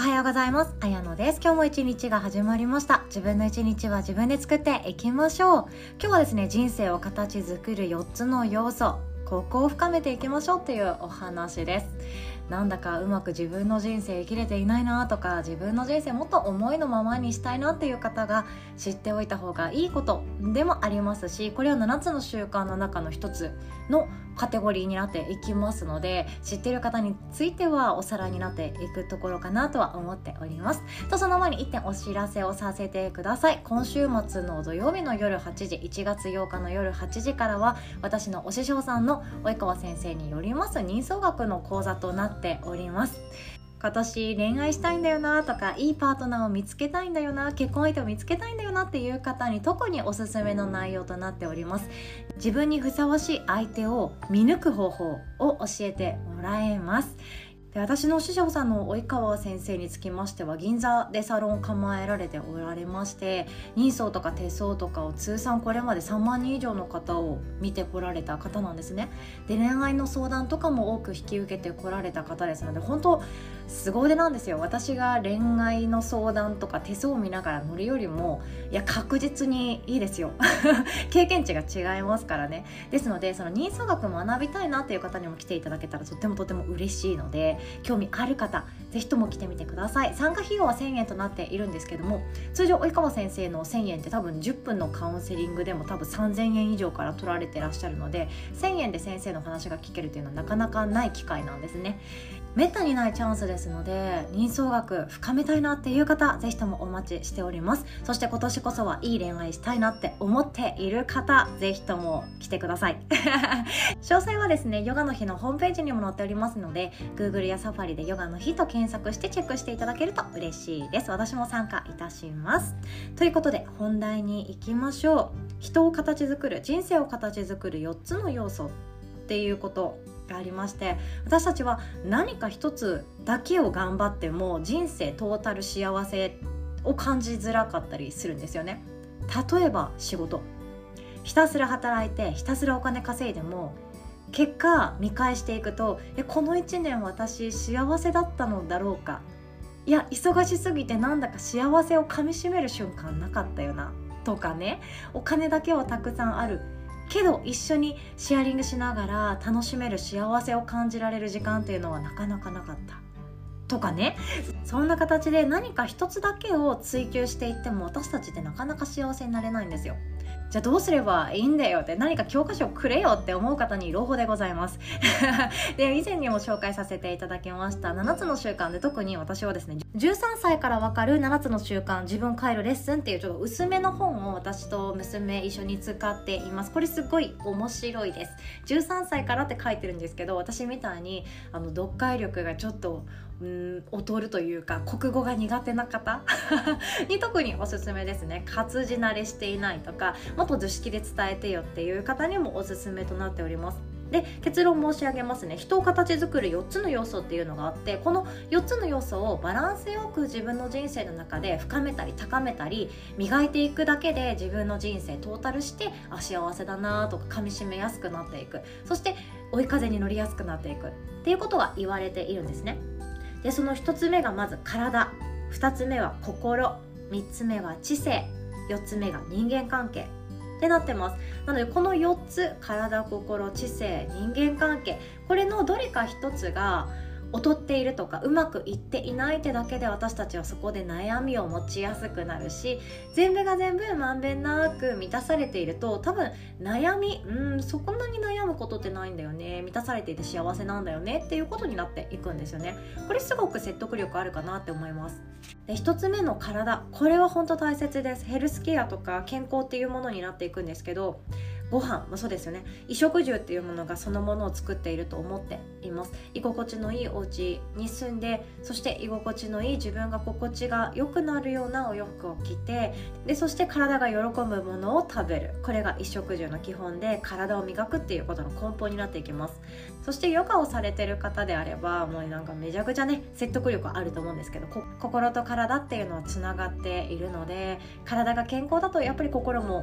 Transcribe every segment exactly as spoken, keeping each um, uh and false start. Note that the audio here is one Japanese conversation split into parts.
はようございます。あやのです。今日も一日が始まりました。自分の一日は自分で作っていきましょう。今日はですね、人生を形作るよっつの要素、ここを深めていきましょうっていうお話です。なんだかうまく自分の人生生きれていないなとか、自分の人生もっと思いのままにしたいなっていう方が知っておいた方がいいことでもありますし、これはななつの習慣の中の一つのカテゴリーになっていきますので、知っている方についてはおさらいになっていくところかなとは思っております。とその前にいってんお知らせをさせてください。今週末の土曜日の夜はちじ、いちがつようかの夜はちじからは、私のお師匠さんの及川先生によります人相学の講座となっております。今年恋愛したいんだよなとか、いいパートナーを見つけたいんだよな、結婚相手を見つけたいんだよなっていう方に特におすすめの内容となっております。自分にふさわしい相手を見抜く方法を教えてもらえます。で、私の師匠さんの及川先生につきましては、銀座でサロンを構えられておられまして、人相とか手相とかを通算これまでさんまんにん以上の方を見てこられた方なんですね。で、恋愛の相談とかも多く引き受けてこられた方ですので、本当凄腕なんですよ。私が恋愛の相談とか手相を見ながら乗るよりも、いや確実にいいですよ経験値が違いますからね。ですので、その人相学学びたいなっていう方にも来ていただけたらとてもとても嬉しいので、興味ある方ぜひとも来てみてください。参加費用はせんえんとなっているんですけども、通常及川先生のせんえんって多分じゅっぷんのカウンセリングでも多分さんぜんえん以上から取られてらっしゃるので、せんえんで先生の話が聞けるというのはなかなかない機会なんですね。めったにないチャンスですので、人相学深めたいなっていう方ぜひともお待ちしております。そして今年こそはいい恋愛したいなって思っている方ぜひとも来てください詳細はですね、ヨガの日のホームページにも載っておりますので、 Google や Safari でヨガの日と検索してチェックしていただけると嬉しいです。私も参加いたします。ということで本題に行きましょう。人を形作る、人生を形作るよっつの要素っていうことがありまして、私たちは何か一つだけを頑張っても人生トータル幸せを感じづらかったりするんですよね。例えば仕事、ひたすら働いてひたすらお金稼いでも、結果見返していくと、えこのいちねん私幸せだったのだろうか、いや忙しすぎてなんだか幸せをかみしめる瞬間なかったよなとかね、お金だけはたくさんあるけど一緒にシェアリングしながら楽しめる幸せを感じられる時間っていうのはなかなかなかったとかね。そんな形で何か一つだけを追求していっても、私たちってなかなか幸せになれないんですよ。じゃあどうすればいいんだよって、何か教科書をくれよって思う方に朗報でございますで、以前にも紹介させていただきましたななつの習慣で、特に私はですね、じゅうさんさいからわかるななつの習慣自分変えるレッスンっていうちょっと薄めの本を私と娘一緒に使っています。これすごい面白いです。じゅうさんさいからって書いてるんですけど、私みたいにあの読解力がちょっとうん劣るというか、国語が苦手な方に特におすすめですね。活字慣れしていないとか、もっと図式で伝えてよっていう方にもおすすめとなっております。で、結論申し上げますね。人を形作るよっつの要素っていうのがあって、このよっつの要素をバランスよく自分の人生の中で深めたり高めたり磨いていくだけで、自分の人生トータルして、あ幸せだなとか噛み締めやすくなっていく、そして追い風に乗りやすくなっていくっていうことが言われているんですね。で、そのひとつめがまず体、ふたつめは心、みっつめは知性、よっつめが人間関係ってなってます。なのでこのよっつ、体、心、知性、人間関係、これのどれかひとつが劣っているとかうまくいっていないってだけで、私たちはそこで悩みを持ちやすくなるし、全部が全部まんべんなく満たされていると、多分悩みうんそこんなに悩むことってないんだよね、満たされていて幸せなんだよねっていうことになっていくんですよね。これすごく説得力あるかなって思います。で、ひとつめの体、これは本当大切です。ヘルスケアとか健康っていうものになっていくんですけど、ご飯もそうですよね。衣食住っていうものがそのものを作っていると思っています。居心地のいいお家に住んで、そして居心地のいい自分が心地が良くなるようなお洋服を着て、でそして体が喜ぶものを食べる、これが衣食住の基本で、体を磨くっていうことの根本になっていきます。そしてヨガをされてる方であれば、もうなんかめちゃくちゃね説得力あると思うんですけど、心と体っていうのはつながっているので、体が健康だとやっぱり心も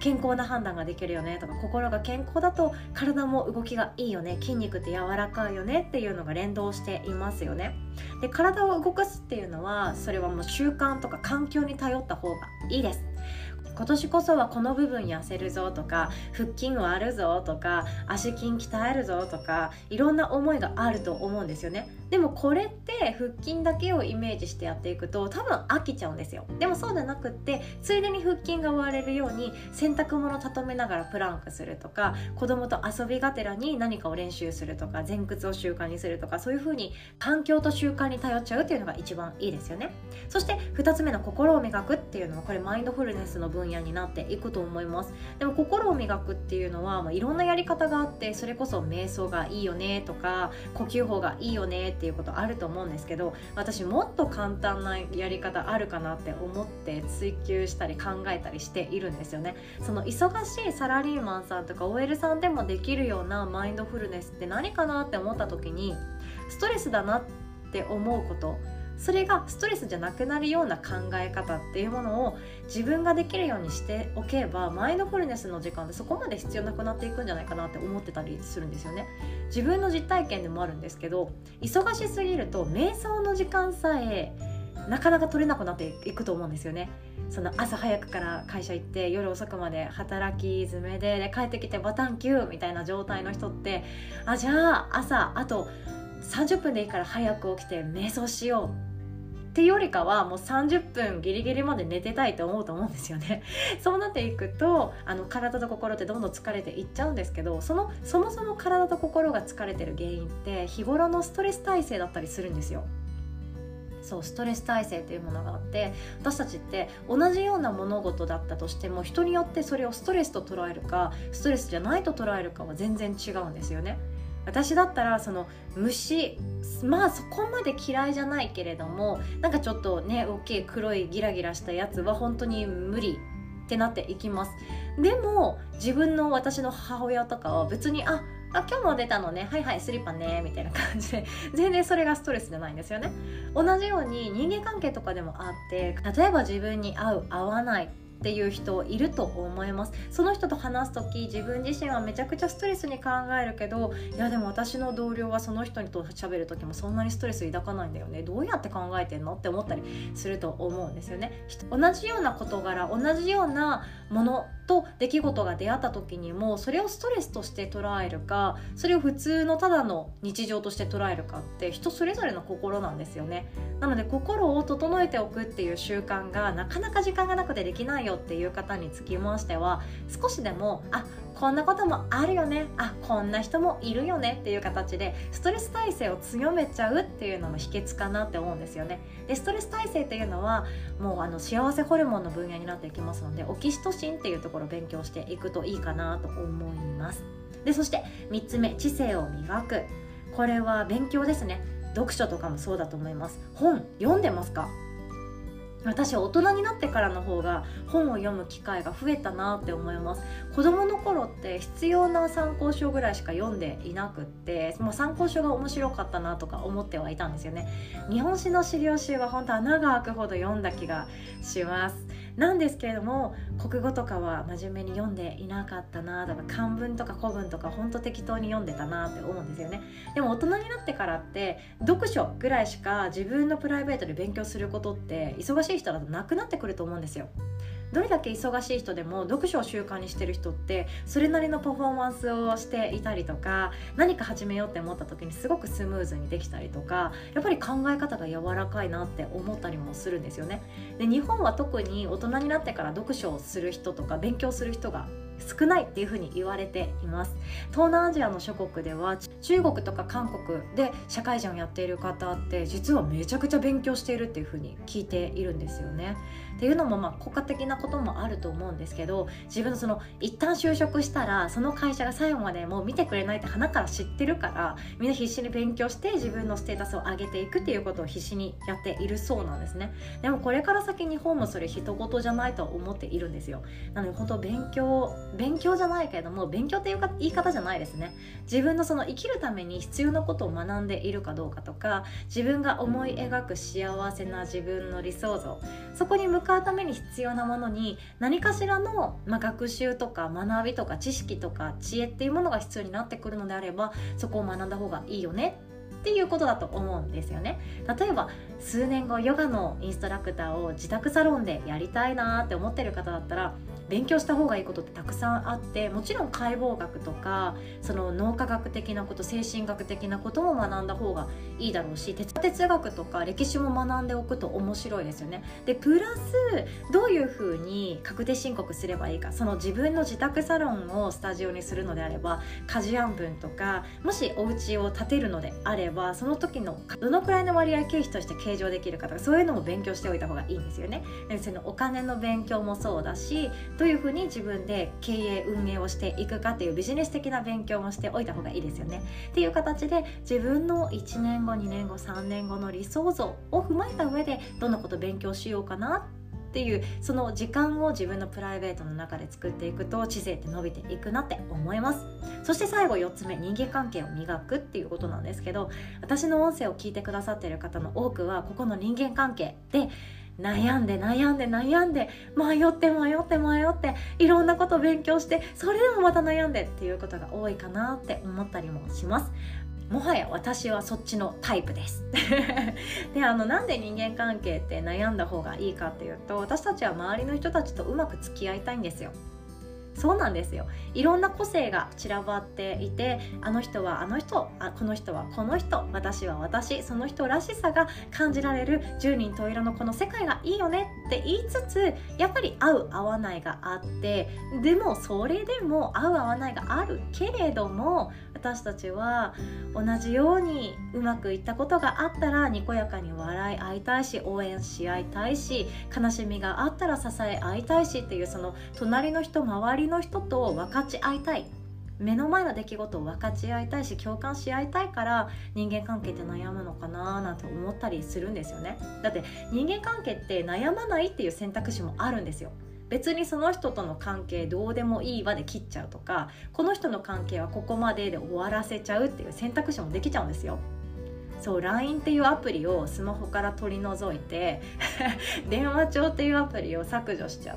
健康な判断ができるよねとか、心が健康だと体も動きがいいよね、筋肉って柔らかいよねっていうのが連動していますよね。で、体を動かすっていうのは、それはもう習慣とか環境に頼った方がいいです。今年こそはこの部分痩せるぞとか、腹筋割るぞとか、足筋鍛えるぞとか、いろんな思いがあると思うんですよね。でもこれって腹筋だけをイメージしてやっていくと多分飽きちゃうんですよ。でもそうじゃなくって、ついでに腹筋が割れるように洗濯物畳めながらプランクするとか、子供と遊びがてらに何かを練習するとか、前屈を習慣にするとか、そういう風に環境と習慣に頼っちゃうっていうのが一番いいですよね。そしてふたつめの心を磨くっていうのは、これマインドフルネスの分野になっていくと思います。でも心を磨くっていうのは、まあ、いろんなやり方があって、それこそ瞑想がいいよねとか、呼吸法がいいよねっていうことあると思うんですけど、私もっと簡単なやり方あるかなって思って追求したり考えたりしているんですよね。その忙しいサラリーマンさんとか オーエル さんでもできるようなマインドフルネスって何かなって思った時に、ストレスだなって思うこと、それがストレスじゃなくなるような考え方っていうものを自分ができるようにしておけば、マインドフルネスの時間でそこまで必要なくなっていくんじゃないかなって思ってたりするんですよね。自分の実体験でもあるんですけど、忙しすぎると瞑想の時間さえなかなか取れなくなっていくと思うんですよね。その朝早くから会社行って夜遅くまで働き詰めで、で帰ってきてバタンキューみたいな状態の人って、あ、じゃあ朝あとさんじゅっぷんでいいから早く起きて瞑想しようっていうよりかは、もうさんじゅっぷんギリギリまで寝てたいと思うと思うんですよね。そうなっていくと、あの体と心ってどんどん疲れていっちゃうんですけど、そのそもそも体と心が疲れてる原因って日頃のストレス耐性だったりするんですよ。そう、ストレス耐性というものがあって、私たちって同じような物事だったとしても、人によってそれをストレスと捉えるかストレスじゃないと捉えるかは全然違うんですよね。私だったらその虫、まあそこまで嫌いじゃないけれども、なんかちょっとね大きい黒いギラギラしたやつは本当に無理ってなっていきます。でも自分の私の母親とかは別にああ今日も出たのね、はいはいスリッパねみたいな感じで、全然それがストレスじゃないんですよね。同じように人間関係とかでもあって、例えば自分に合う合わないっていう人いると思います。その人と話すとき、自分自身はめちゃくちゃストレスに考えるけど、いやでも私の同僚はその人と喋るときもそんなにストレス抱かないんだよね、どうやって考えてんのって思ったりすると思うんですよね。同じような事柄、同じようなものと出来事が出会った時にも、それをストレスとして捉えるか、それを普通のただの日常として捉えるかって人それぞれの心なんですよね。なので心を整えておくっていう習慣がなかなか時間がなくてできないよっていう方につきましては、少しでもあこんなこともあるよね、あこんな人もいるよねっていう形でストレス耐性を強めちゃうっていうのも秘訣かなって思うんですよね。でストレス耐性っていうのはもうあの幸せホルモンの分野になっていきますので、オキシトシンっていうところを勉強していくといいかなと思います。でそしてみっつめ、知性を磨く。これは勉強ですね。読書とかもそうだと思います。本読んでますか？私大人になってからの方が本を読む機会が増えたなって思います。子供の頃って必要な参考書ぐらいしか読んでいなくって、もう参考書が面白かったなとか思ってはいたんですよね。日本史の資料集は本当穴が開くほど読んだ気がします。なんですけれども、国語とかは真面目に読んでいなかったなとか、漢文とか古文とか本当適当に読んでたなって思うんですよね。でも大人になってからって読書ぐらいしか自分のプライベートで勉強することって忙しい人だとなくなってくると思うんですよ。どれだけ忙しい人でも読書を習慣にしてる人ってそれなりのパフォーマンスをしていたりとか、何か始めようって思った時にすごくスムーズにできたりとか、やっぱり考え方が柔らかいなって思ったりもするんですよね。で日本は特に大人になってから読書をする人とか勉強する人が少ないっていう風に言われています。東南アジアの諸国では中国とか韓国で社会人をやっている方って実はめちゃくちゃ勉強しているっていう風に聞いているんですよね。っていうのもまあ国家的なこともあると思うんですけど、自分のその一旦就職したらその会社が最後までもう見てくれないって鼻から知ってるから、みんな必死に勉強して自分のステータスを上げていくっていうことを必死にやっているそうなんですね。でもこれから先日本もそれ一言じゃないと思っているんですよ。なので本当勉強勉強じゃないけれども、勉強っていうか言い方じゃないですね。自分のその生きるために必要なことを学んでいるかどうかとか、自分が思い描く幸せな自分の理想像、そこに向かうために必要なものに何かしらの、まあ、学習とか学びとか知識とか知恵っていうものが必要になってくるのであれば、そこを学んだ方がいいよねっていうことだと思うんですよね。例えば数年後ヨガのインストラクターを自宅サロンでやりたいなって思ってる方だったら、勉強した方がいいことってたくさんあって、もちろん解剖学とかその脳科学的なこと、精神学的なことも学んだ方がいいだろうし、哲学とか歴史も学んでおくと面白いですよね。でプラスどういうふうに確定申告すればいいか、その自分の自宅サロンをスタジオにするのであれば家事案分とか、もしお家を建てるのであればその時のどのくらいの割合経費として計上できるかとか、そういうのも勉強しておいた方がいいんですよね。でそのお金の勉強もそうだし、どういうふうに自分で経営運営をしていくかっていうビジネス的な勉強もしておいた方がいいですよねっていう形で、自分のいちねんごにねんごさんねんごの理想像を踏まえた上でどんなことを勉強しようかなっていう、その時間を自分のプライベートの中で作っていくと知性って伸びていくなって思います。そして最後よっつめ、人間関係を磨くっていうことなんですけど、私の音声を聞いてくださっている方の多くはここの人間関係で悩んで悩んで悩んで迷って迷って迷っていろんなことを勉強して、それでもまた悩んでっていうことが多いかなって思ったりもします。もはや私はそっちのタイプですであのなんで人間関係って悩んだ方がいいかっていうと、私たちは周りの人たちとうまく付き合いたいんですよ。そうなんですよ。いろんな個性が散らばっていて、あの人はあの人、あこの人はこの人、私は私、その人らしさが感じられる十人十色のこの世界がいいよねって言いつつ、やっぱり合う合わないがあって、でもそれでも合う合わないがあるけれども、私たちは同じようにうまくいったことがあったらにこやかに笑い合いたいし、応援し合いたいし、悲しみがあったら支え合いたいしっていう、その隣の人周りの人と分かち合いたい、目の前の出来事を分かち合いたいし共感し合いたいから人間関係って悩むのかななんて思ったりするんですよね。だって人間関係って悩まないっていう選択肢もあるんですよ。別にその人との関係どうでもいいわで切っちゃうとか、この人の関係はここまでで終わらせちゃうっていう選択肢もできちゃうんですよ。そう ライン っていうアプリをスマホから取り除いて電話帳っていうアプリを削除しちゃって、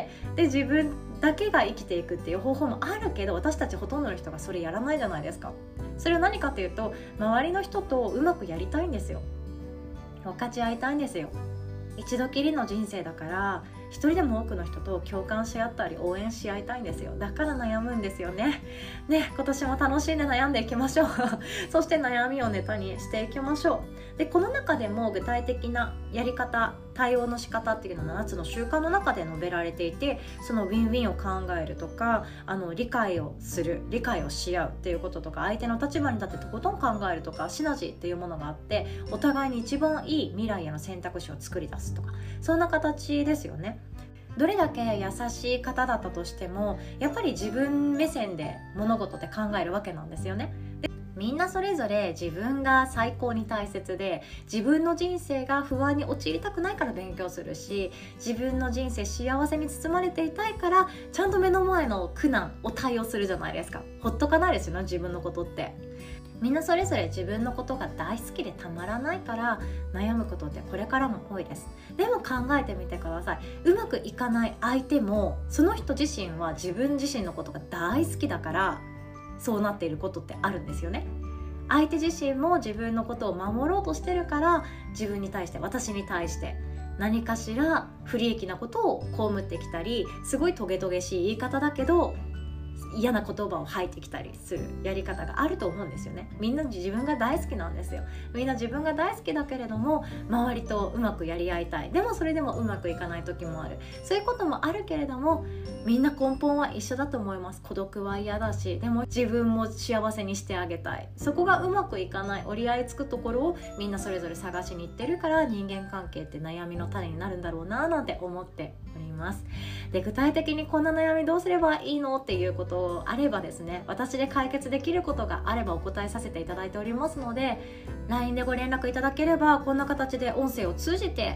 で自分だけが生きていくっていう方法もあるけど、私たちほとんどの人がそれやらないじゃないですか。それは何かというと、周りの人とうまくやりたいんですよ。分かち合いたいんですよ。一度きりの人生だから一人でも多くの人と共感し合ったり応援し合いたいんですよ。だから悩むんですよね。ね、今年も楽しんで悩んでいきましょうそして悩みをネタにしていきましょう。でこの中でも具体的なやり方、対応の仕方っていうのはななつの習慣の中で述べられていて、そのウィンウィンを考えるとか、あの理解をする、理解をし合うっていうこととか、相手の立場に立ってとことん考えるとか、シナジーっていうものがあって、お互いに一番いい未来への選択肢を作り出すとか、そんな形ですよね。どれだけ優しい方だったとしても、やっぱり自分目線で物事って考えるわけなんですよね。でみんなそれぞれ自分が最高に大切で、自分の人生が不安に陥りたくないから勉強するし、自分の人生幸せに包まれていたいからちゃんと目の前の苦難を対応するじゃないですか。ほっとかないですよね、自分のことって。みんなそれぞれ自分のことが大好きでたまらないから悩むことってこれからも多いです。でも考えてみてください。うまくいかない相手もその人自身は自分自身のことが大好きだからそうなっていることってあるんですよね。相手自身も自分のことを守ろうとしてるから、自分に対して、私に対して何かしら不利益なことを被ってきたり、すごいトゲトゲしい言い方だけど嫌な言葉を吐いてきたりするやり方があると思うんですよね。みんな自分が大好きなんですよ。みんな自分が大好きだけれども周りとうまくやり合いたい。でもそれでもうまくいかない時もある。そういうこともあるけれども、みんな根本は一緒だと思います。孤独は嫌だし、でも自分も幸せにしてあげたい。そこがうまくいかない、折り合いつくところをみんなそれぞれ探しに行ってるから、人間関係って悩みの種になるんだろうななんて思っております。で具体的にこんな悩みどうすればいいのっていうことあればですね、私で解決できることがあればお答えさせていただいておりますので、 ライン でご連絡いただければ、こんな形で音声を通じて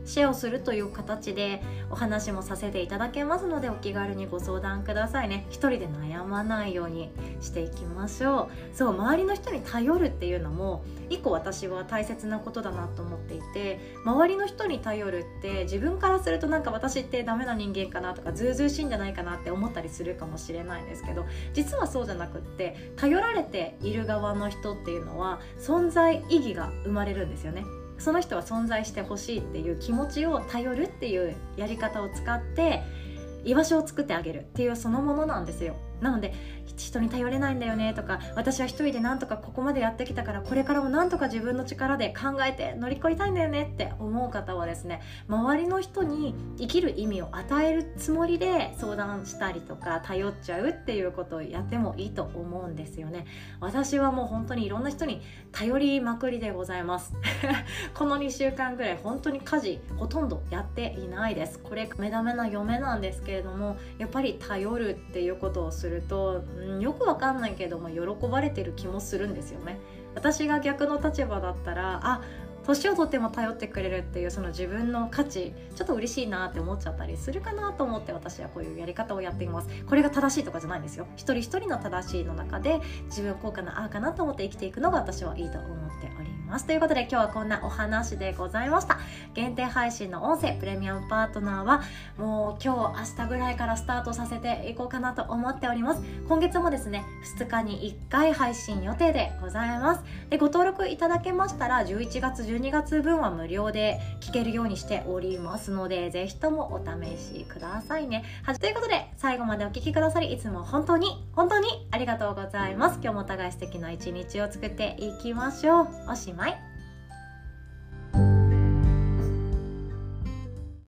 シェアをするという形でお話もさせていただけますので、お気軽にご相談くださいね。一人で悩まないようにしていきましょう。そう、周りの人に頼るっていうのも一個私は大切なことだなと思っていて、周りの人に頼るって自分からするとなんか私ってダメな人間かなとかずうずうしいんじゃないかなって思ったりするかもしれないんですけど、実はそうじゃなくって、頼られている側の人っていうのは存在意義が生まれるんですよね。その人は存在してほしいっていう気持ちを頼るっていうやり方を使って居場所を作ってあげるっていうそのものなんですよ。なので人に頼れないんだよねとか、私は一人でなんとかここまでやってきたからこれからもなんとか自分の力で考えて乗り越えたいんだよねって思う方はですね、周りの人に生きる意味を与えるつもりで相談したりとか頼っちゃうっていうことをやってもいいと思うんですよね。私はもう本当にいろんな人に頼りまくりでございますこのにしゅうかんぐらい本当に家事ほとんどやっていないです。これ目ダメな嫁なんですけれども、やっぱり頼るっていうことをすると、うん、よくわかんないけども喜ばれてる気もするんですよね。私が逆の立場だったら、あ、年をとっても頼ってくれるっていうその自分の価値ちょっと嬉しいなって思っちゃったりするかなと思って、私はこういうやり方をやっています。これが正しいとかじゃないんですよ。一人一人の正しいの中で自分こうかなああかなと思って生きていくのが私はいいと思っております。ということで今日はこんなお話でございました。限定配信の音声プレミアムパートナーはもう今日明日ぐらいからスタートさせていこうかなと思っております。今月もですねふつかにいっかい配信予定でございます。でご登録いただけましたらじゅういちがつじゅうにがつぶんは無料で聞けるようにしておりますので、ぜひともお試しくださいね。はい、ということで最後までお聞きくださりいつも本当に本当にありがとうございます。今日もお互い素敵な一日を作っていきましょう。おしまい。